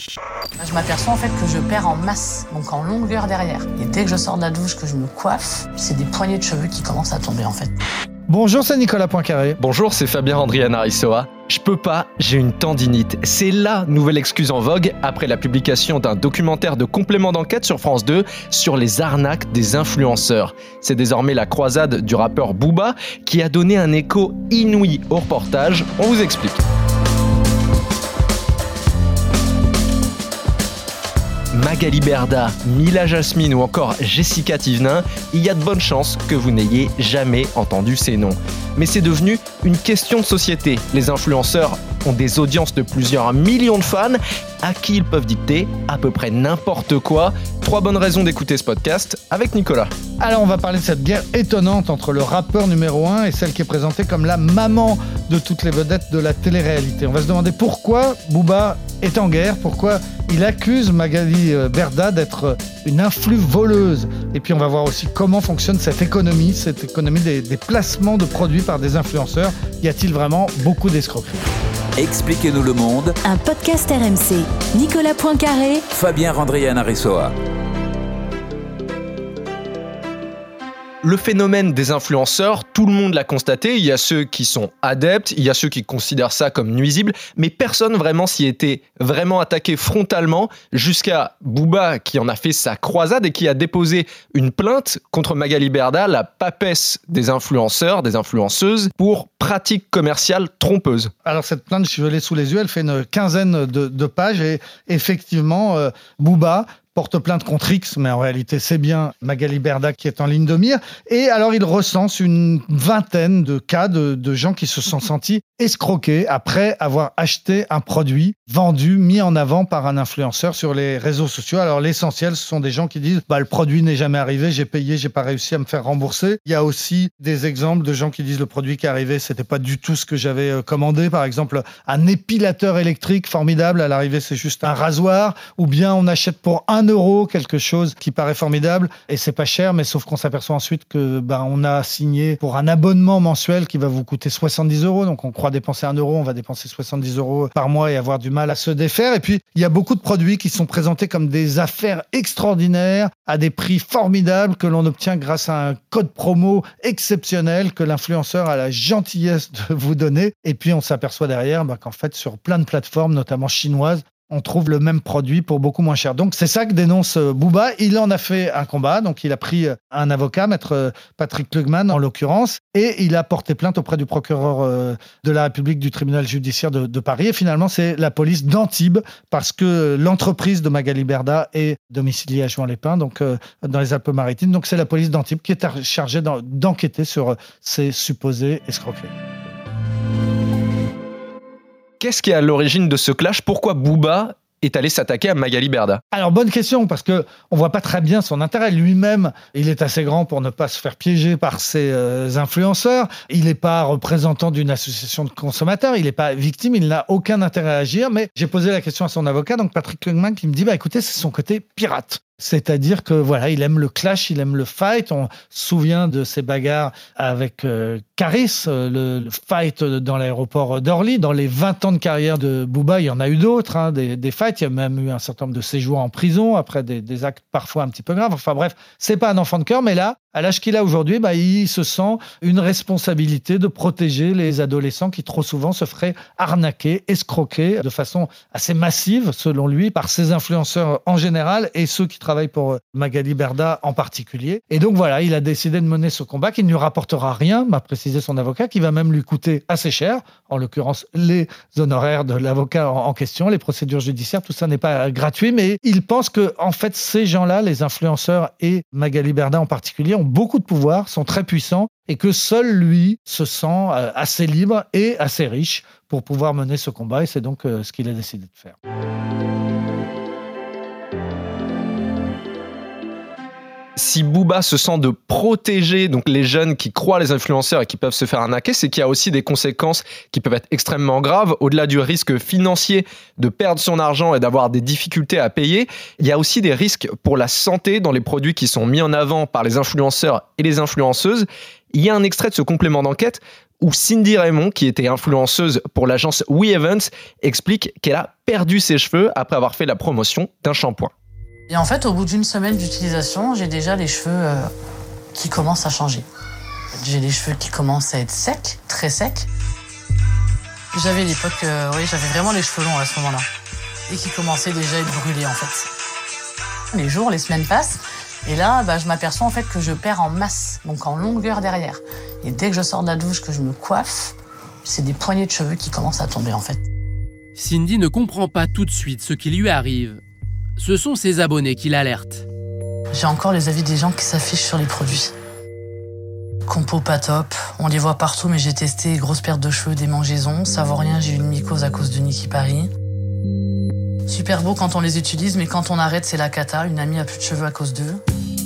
Je m'aperçois en fait que je perds en masse, donc en longueur derrière. Et dès que je sors de la douche, que je me coiffe, c'est des poignées de cheveux qui commencent à tomber en fait. Bonjour, c'est Nicolas Poincaré. Bonjour, c'est Fabien Andriana-Rissoa. Je peux pas, j'ai une tendinite. C'est la nouvelle excuse en vogue après la publication d'un documentaire de complément d'enquête sur France 2 sur les arnaques des influenceurs. C'est désormais la croisade du rappeur Booba qui a donné un écho inouï au reportage. On vous explique. Magali Berda, Mila Jasmine ou encore Jessica Thévenin, il y a de bonnes chances que vous n'ayez jamais entendu ces noms. Mais c'est devenu une question de société. Les influenceurs ont des audiences de plusieurs millions de fans à qui ils peuvent dicter à peu près n'importe quoi. 3 bonnes raisons d'écouter ce podcast avec Nicolas. Alors on va parler de cette guerre étonnante entre le rappeur numéro 1 et celle qui est présentée comme la maman de toutes les vedettes de la télé-réalité. On va se demander pourquoi Booba est en guerre, pourquoi il accuse Magali Berda d'être une influe voleuse. Et puis on va voir aussi comment fonctionne cette économie des placements de produits par des influenceurs. Y a-t-il vraiment beaucoup d'escroqueries ? Expliquez-nous le monde. Un podcast RMC. Nicolas Poincaré. Fabien Andriana-Rissoa. Le phénomène des influenceurs, tout le monde l'a constaté. Il y a ceux qui sont adeptes, il y a ceux qui considèrent ça comme nuisible, mais personne vraiment s'y était vraiment attaqué frontalement jusqu'à Booba qui en a fait sa croisade et qui a déposé une plainte contre Magali Berda, la papesse des influenceurs, des influenceuses, pour pratiques commerciales trompeuses. Alors cette plainte, je l'ai sous les yeux, elle fait une quinzaine de pages et effectivement, Booba porte plainte contre X, mais en réalité, c'est bien Magali Berda qui est en ligne de mire. Et alors, il recense une vingtaine de cas de gens qui se sont sentis escroqués après avoir acheté un produit vendu, mis en avant par un influenceur sur les réseaux sociaux. Alors, l'essentiel, ce sont des gens qui disent « le produit n'est jamais arrivé, j'ai payé, j'ai pas réussi à me faire rembourser ». Il y a aussi des exemples de gens qui disent « le produit qui est arrivé, c'était pas du tout ce que j'avais commandé ». Par exemple, un épilateur électrique formidable, à l'arrivée, c'est juste un rasoir. Ou bien, on achète pour 1 euro quelque chose qui paraît formidable et c'est pas cher, mais sauf qu'on s'aperçoit ensuite que on a signé pour un abonnement mensuel qui va vous coûter 70 euros. Donc on croit dépenser 1 euro, on va dépenser 70 euros par mois et avoir du mal à se défaire. Et puis il y a beaucoup de produits qui sont présentés comme des affaires extraordinaires à des prix formidables que l'on obtient grâce à un code promo exceptionnel que l'influenceur a la gentillesse de vous donner. Et puis on s'aperçoit derrière qu'en fait sur plein de plateformes, notamment chinoises, on trouve le même produit pour beaucoup moins cher. Donc, c'est ça que dénonce Booba. Il en a fait un combat. Donc, il a pris un avocat, maître Patrick Klugman, en l'occurrence, et il a porté plainte auprès du procureur de la République du tribunal judiciaire de Paris. Et finalement, c'est la police d'Antibes, parce que l'entreprise de Magali Berda est domiciliée à Juan-les-Pins, donc dans les Alpes-Maritimes. Donc, c'est la police d'Antibes qui est chargée d'enquêter sur ces supposées escroqueries. Qu'est-ce qui est à l'origine de ce clash ? Pourquoi Booba est allé s'attaquer à Magali Berda ? Alors, bonne question, parce qu'on ne voit pas très bien son intérêt. Lui-même, il est assez grand pour ne pas se faire piéger par ces influenceurs. Il n'est pas représentant d'une association de consommateurs. Il n'est pas victime. Il n'a aucun intérêt à agir. Mais j'ai posé la question à son avocat, donc Patrick Klugman, qui me dit écoutez, c'est son côté pirate. C'est-à-dire que voilà, il aime le clash, il aime le fight. On se souvient de ses bagarres avec Caris, le fight dans l'aéroport d'Orly. Dans les 20 ans de carrière de Booba, il y en a eu d'autres, des fights. Il y a même eu un certain nombre de séjours en prison après des actes parfois un petit peu graves. Enfin bref, c'est pas un enfant de cœur, mais là, à l'âge qu'il a aujourd'hui, il se sent une responsabilité de protéger les adolescents qui trop souvent se feraient arnaquer, escroquer de façon assez massive, selon lui, par ces influenceurs en général et ceux qui travaillent pour Magali Berda en particulier. Et donc voilà, il a décidé de mener ce combat qui ne lui rapportera rien, m'a précisé son avocat, qui va même lui coûter assez cher, en l'occurrence les honoraires de l'avocat en question, les procédures judiciaires, tout ça n'est pas gratuit, mais il pense que en fait ces gens-là, les influenceurs et Magali Berda en particulier, ont beaucoup de pouvoir, sont très puissants et que seul lui se sent assez libre et assez riche pour pouvoir mener ce combat et c'est donc ce qu'il a décidé de faire. Si Booba se sent de protéger donc les jeunes qui croient les influenceurs et qui peuvent se faire arnaquer, c'est qu'il y a aussi des conséquences qui peuvent être extrêmement graves. Au-delà du risque financier de perdre son argent et d'avoir des difficultés à payer, il y a aussi des risques pour la santé dans les produits qui sont mis en avant par les influenceurs et les influenceuses. Il y a un extrait de ce complément d'enquête où Cindy Raymond, qui était influenceuse pour l'agence We Events, explique qu'elle a perdu ses cheveux après avoir fait la promotion d'un shampoing. Et en fait, au bout d'une semaine d'utilisation, j'ai déjà les cheveux qui commencent à changer. J'ai les cheveux qui commencent à être secs, très secs. J'avais l'époque, j'avais vraiment les cheveux longs à ce moment-là. Et qui commençaient déjà à être brûlés, en fait. Les jours, les semaines passent. Et là, je m'aperçois en fait que je perds en masse, donc en longueur derrière. Et dès que je sors de la douche, que je me coiffe, c'est des poignées de cheveux qui commencent à tomber, en fait. Cindy ne comprend pas tout de suite ce qui lui arrive. Ce sont ses abonnés qui l'alertent. J'ai encore les avis des gens qui s'affichent sur les produits. Compo pas top, on les voit partout, mais j'ai testé grosse perte de cheveux, démangeaisons, ça vaut rien, j'ai eu une mycose à cause de Niki Paris. Super beau quand on les utilise, mais quand on arrête, c'est la cata. Une amie a plus de cheveux à cause d'eux.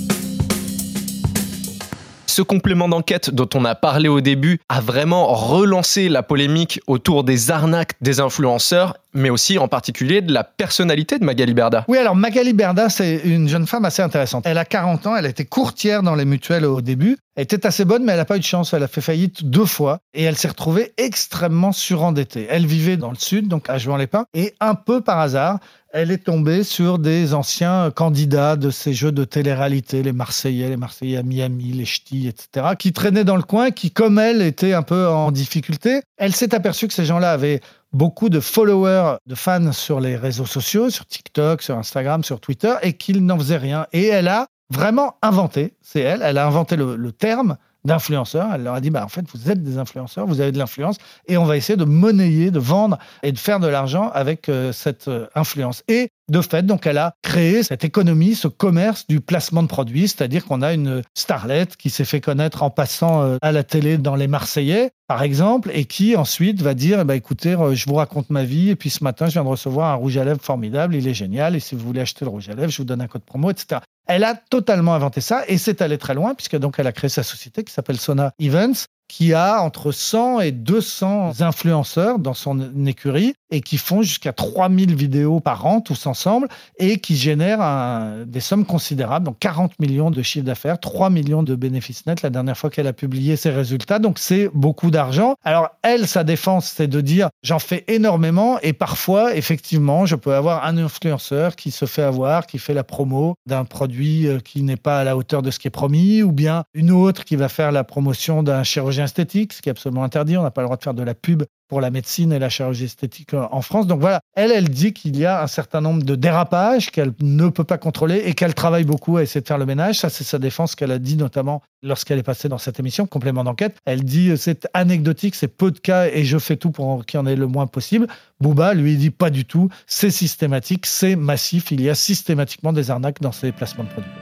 Ce complément d'enquête dont on a parlé au début a vraiment relancé la polémique autour des arnaques des influenceurs, mais aussi en particulier de la personnalité de Magali Berda. Oui, alors Magali Berda, c'est une jeune femme assez intéressante. Elle a 40 ans, elle a été courtière dans les mutuelles au début. Elle était assez bonne, mais elle n'a pas eu de chance. Elle a fait faillite 2 fois et elle s'est retrouvée extrêmement surendettée. Elle vivait dans le sud, donc à Juan-les-Pins, et un peu par hasard, elle est tombée sur des anciens candidats de ces jeux de télé-réalité, les Marseillais à Miami, les Ch'tis, etc., qui traînaient dans le coin, qui, comme elle, étaient un peu en difficulté. Elle s'est aperçue que ces gens-là avaient beaucoup de followers, de fans sur les réseaux sociaux, sur TikTok, sur Instagram, sur Twitter, et qu'ils n'en faisaient rien. Et elle a vraiment inventé, elle a inventé le terme d'influenceurs. Elle leur a dit, en fait, vous êtes des influenceurs, vous avez de l'influence, et on va essayer de monnayer, de vendre et de faire de l'argent avec cette influence. Et de fait, donc, elle a créé cette économie, ce commerce du placement de produits, c'est-à-dire qu'on a une starlette qui s'est fait connaître en passant à la télé dans Les Marseillais, par exemple, et qui ensuite va dire, écoutez, je vous raconte ma vie, et puis ce matin, je viens de recevoir un rouge à lèvres formidable, il est génial, et si vous voulez acheter le rouge à lèvres, je vous donne un code promo, etc. Elle a totalement inventé ça, et c'est allé très loin, puisque donc elle a créé sa société qui s'appelle Sona Events, qui a entre 100 et 200 influenceurs dans son écurie et qui font jusqu'à 3000 vidéos par an, tous ensemble, et qui génèrent des sommes considérables, donc 40 millions de chiffre d'affaires, 3 millions de bénéfices nets la dernière fois qu'elle a publié ses résultats, donc c'est beaucoup d'argent. Alors elle, sa défense, c'est de dire « j'en fais énormément et parfois, effectivement, je peux avoir un influenceur qui se fait avoir, qui fait la promo d'un produit qui n'est pas à la hauteur de ce qui est promis, ou bien une autre qui va faire la promotion d'un chirurgien esthétique, ce qui est absolument interdit. On n'a pas le droit de faire de la pub pour la médecine et la chirurgie esthétique en France. Donc voilà, elle dit qu'il y a un certain nombre de dérapages qu'elle ne peut pas contrôler et qu'elle travaille beaucoup à essayer de faire le ménage. Ça, c'est sa défense qu'elle a dit notamment lorsqu'elle est passée dans cette émission, Complément d'enquête. Elle dit c'est anecdotique, c'est peu de cas et je fais tout pour qu'il y en ait le moins possible. Booba, lui, dit pas du tout. C'est systématique, c'est massif. Il y a systématiquement des arnaques dans ces placements de produits.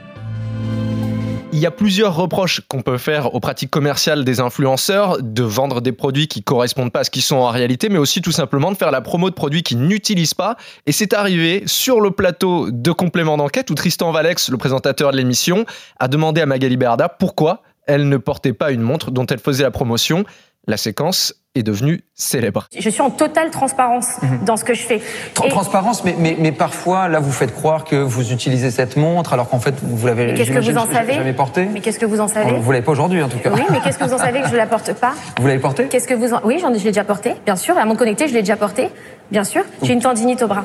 Il y a plusieurs reproches qu'on peut faire aux pratiques commerciales des influenceurs, de vendre des produits qui correspondent pas à ce qu'ils sont en réalité, mais aussi tout simplement de faire la promo de produits qu'ils n'utilisent pas. Et c'est arrivé sur le plateau de Complément d'enquête où Tristan Valex, le présentateur de l'émission, a demandé à Magali Berda pourquoi elle ne portait pas une montre dont elle faisait la promotion. La séquence est devenue célèbre. Je suis en totale transparence dans ce que je fais. Transparence, mais parfois, là, vous faites croire que vous utilisez cette montre, alors qu'en fait, vous l'avez jamais portée. Mais qu'est-ce que vous en savez? Vous l'avez pas aujourd'hui, en tout cas. Oui, mais qu'est-ce que vous en savez que je la porte pas? Vous l'avez portée? Oui, je l'ai déjà portée, bien sûr. La montre connectée, je l'ai déjà portée, bien sûr. J'ai une tendinite au bras.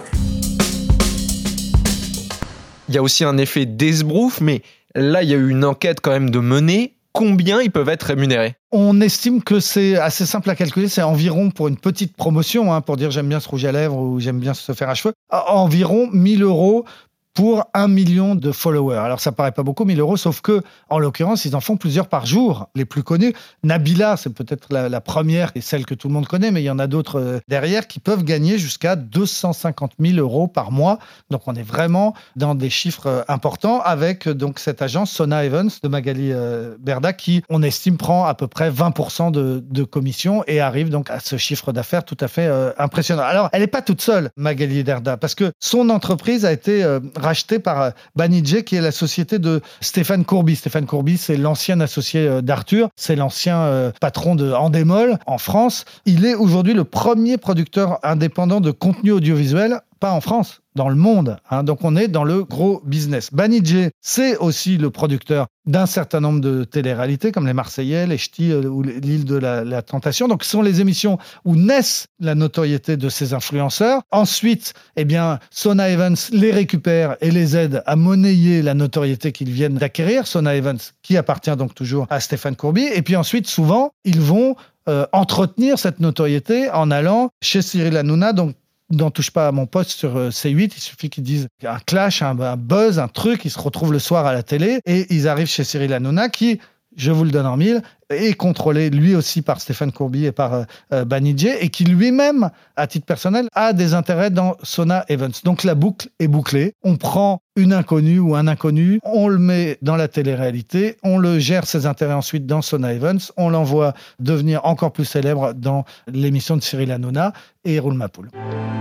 Il y a aussi un effet d'esbrouf, mais là, il y a eu une enquête quand même de menée. Combien ils peuvent être rémunérés? On estime que c'est assez simple à calculer, c'est environ pour une petite promotion, pour dire j'aime bien ce rouge à lèvres ou j'aime bien se faire à cheveux, environ 1 000 € pour 1 million de followers. Alors ça paraît pas beaucoup, 1 000 €, sauf que, en l'occurrence, ils en font plusieurs par jour. Les plus connus, Nabila, c'est peut-être la première et celle que tout le monde connaît, mais il y en a d'autres derrière qui peuvent gagner jusqu'à 250 000 € par mois. Donc on est vraiment dans des chiffres importants avec donc cette agence Sona Events de Magali Berda qui, on estime, prend à peu près 20% de commission et arrive donc à ce chiffre d'affaires tout à fait impressionnant. Alors elle n'est pas toute seule, Magali Berda, parce que son entreprise a été racheté par Banijay, qui est la société de Stéphane Courbis. Stéphane Courbis, c'est l'ancien associé d'Arthur, c'est l'ancien patron de Endemol en France. Il est aujourd'hui le premier producteur indépendant de contenu audiovisuel pas en France, dans le monde. Donc on est dans le gros business. Banijé, c'est aussi le producteur d'un certain nombre de téléréalités comme les Marseillais, les Ch'tis ou l'île de la Tentation. Donc ce sont les émissions où naissent la notoriété de ces influenceurs. Ensuite, Sona Evans les récupère et les aide à monnayer la notoriété qu'ils viennent d'acquérir. Sona Evans qui appartient donc toujours à Stéphane Courby. Et puis ensuite, souvent, ils vont entretenir cette notoriété en allant chez Cyril Hanouna, donc n'en touche pas à mon poste sur C8, il suffit qu'ils disent un clash, un buzz, un truc, ils se retrouvent le soir à la télé et ils arrivent chez Cyril Hanouna qui, je vous le donne en mille, est contrôlé lui aussi par Stéphane Courby et par Banijé et qui lui-même, à titre personnel, a des intérêts dans Sona Evans. Donc la boucle est bouclée. On prend une inconnue ou un inconnu, on le met dans la télé-réalité, on le gère ses intérêts ensuite dans Sona Evans, on l'envoie devenir encore plus célèbre dans l'émission de Cyril Hanouna et roule ma poule.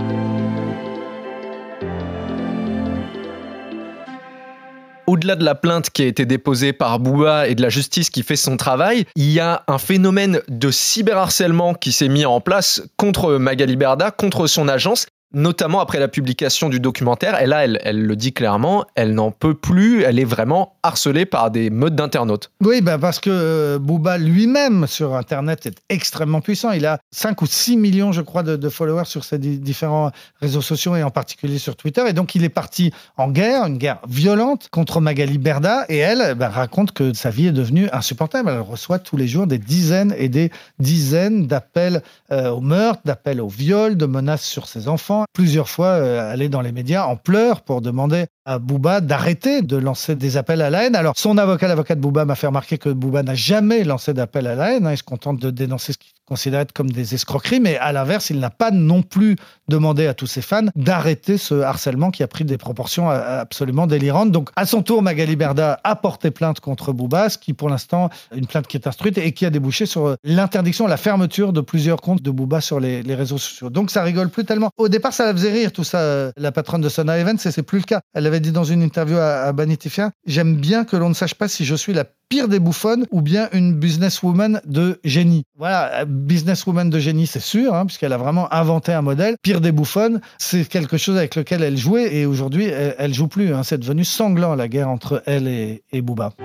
Au-delà de la plainte qui a été déposée par Booba et de la justice qui fait son travail, il y a un phénomène de cyberharcèlement qui s'est mis en place contre Magali Berda, contre son agence, notamment après la publication du documentaire. Et là, elle le dit clairement, elle n'en peut plus, elle est vraiment harcelée par des meutes d'internautes. Oui, parce que Booba lui-même sur Internet est extrêmement puissant. Il a 5 ou 6 millions, je crois, de followers sur ses différents réseaux sociaux et en particulier sur Twitter. Et donc, il est parti en guerre, une guerre violente contre Magali Berda. Et elle raconte que sa vie est devenue insupportable. Elle reçoit tous les jours des dizaines et des dizaines d'appels au meurtre, d'appels au viol, de menaces sur ses enfants. Plusieurs fois, elle est dans les médias en pleurs pour demander à Booba d'arrêter de lancer des appels à la haine. Alors, son avocat, l'avocat de Booba, m'a fait remarquer que Booba n'a jamais lancé d'appel à la haine. Il se contente de dénoncer ce qu'il considère comme des escroqueries, mais à l'inverse, il n'a pas non plus demandé à tous ses fans d'arrêter ce harcèlement qui a pris des proportions absolument délirantes. Donc, à son tour, Magali Berda a porté plainte contre Booba, ce qui, pour l'instant, une plainte qui est instruite et qui a débouché sur l'interdiction, la fermeture de plusieurs comptes de Booba sur les réseaux sociaux. Donc, ça rigole plus tellement. Au départ, ça la faisait rire, tout ça, la patronne de Sona Evans, et c'est plus le cas. Elle avait dit dans une interview à Vanity Fair, « J'aime bien que l'on ne sache pas si je suis la pire des bouffonnes ou bien une businesswoman de génie. » Voilà, businesswoman de génie, c'est sûr, puisqu'elle a vraiment inventé un modèle. Pire des bouffonnes, c'est quelque chose avec lequel elle jouait et aujourd'hui, elle joue plus. C'est devenu sanglant, la guerre entre elle et Booba.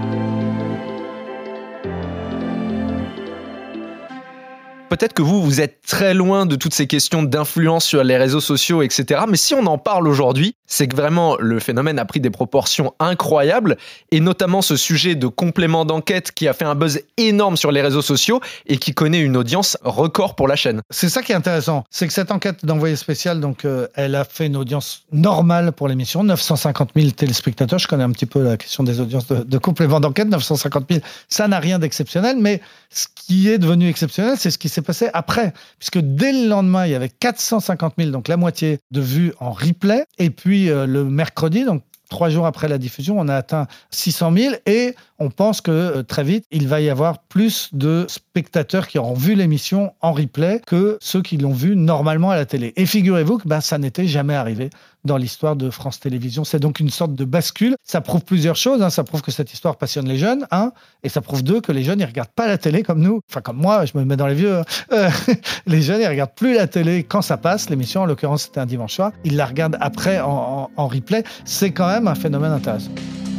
Peut-être que vous êtes très loin de toutes ces questions d'influence sur les réseaux sociaux, etc. Mais si on en parle aujourd'hui, c'est que vraiment le phénomène a pris des proportions incroyables et notamment ce sujet de complément d'enquête qui a fait un buzz énorme sur les réseaux sociaux et qui connaît une audience record pour la chaîne. C'est ça qui est intéressant, c'est que cette enquête d'envoyé spécial, donc, elle a fait une audience normale pour l'émission, 950 000 téléspectateurs. Je connais un petit peu la question des audiences de complément d'enquête, 950 000, ça n'a rien d'exceptionnel, mais ce qui est devenu exceptionnel, c'est ce qui s'est passé après, puisque dès le lendemain, il y avait 450 000, donc la moitié de vues en replay, et puis le mercredi, donc 3 jours après la diffusion, on a atteint 600 000 et on pense que très vite, il va y avoir plus de spectateurs qui auront vu l'émission en replay que ceux qui l'ont vu normalement à la télé. Et figurez-vous que ça n'était jamais arrivé dans l'histoire de France Télévisions. C'est donc une sorte de bascule. Ça prouve plusieurs choses. Ça prouve que cette histoire passionne les jeunes, et ça prouve 2, que les jeunes, ils regardent pas la télé comme nous. Enfin, comme moi, je me mets dans les vieux. Les jeunes, ils regardent plus la télé quand ça passe. L'émission, en l'occurrence, c'était un dimanche soir. Ils la regardent après en replay. C'est quand même un phénomène intéressant.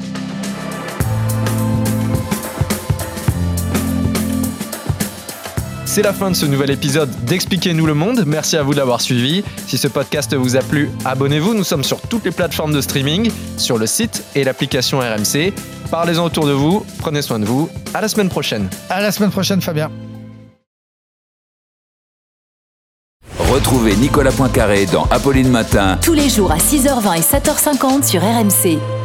C'est la fin de ce nouvel épisode d'Expliquez-nous le monde. Merci à vous de l'avoir suivi. Si ce podcast vous a plu, abonnez-vous. Nous sommes sur toutes les plateformes de streaming, sur le site et l'application RMC. Parlez-en autour de vous. Prenez soin de vous. À la semaine prochaine. À la semaine prochaine, Fabien. Retrouvez Nicolas Poincaré dans Apolline Matin. Tous les jours à 6h20 et 7h50 sur RMC.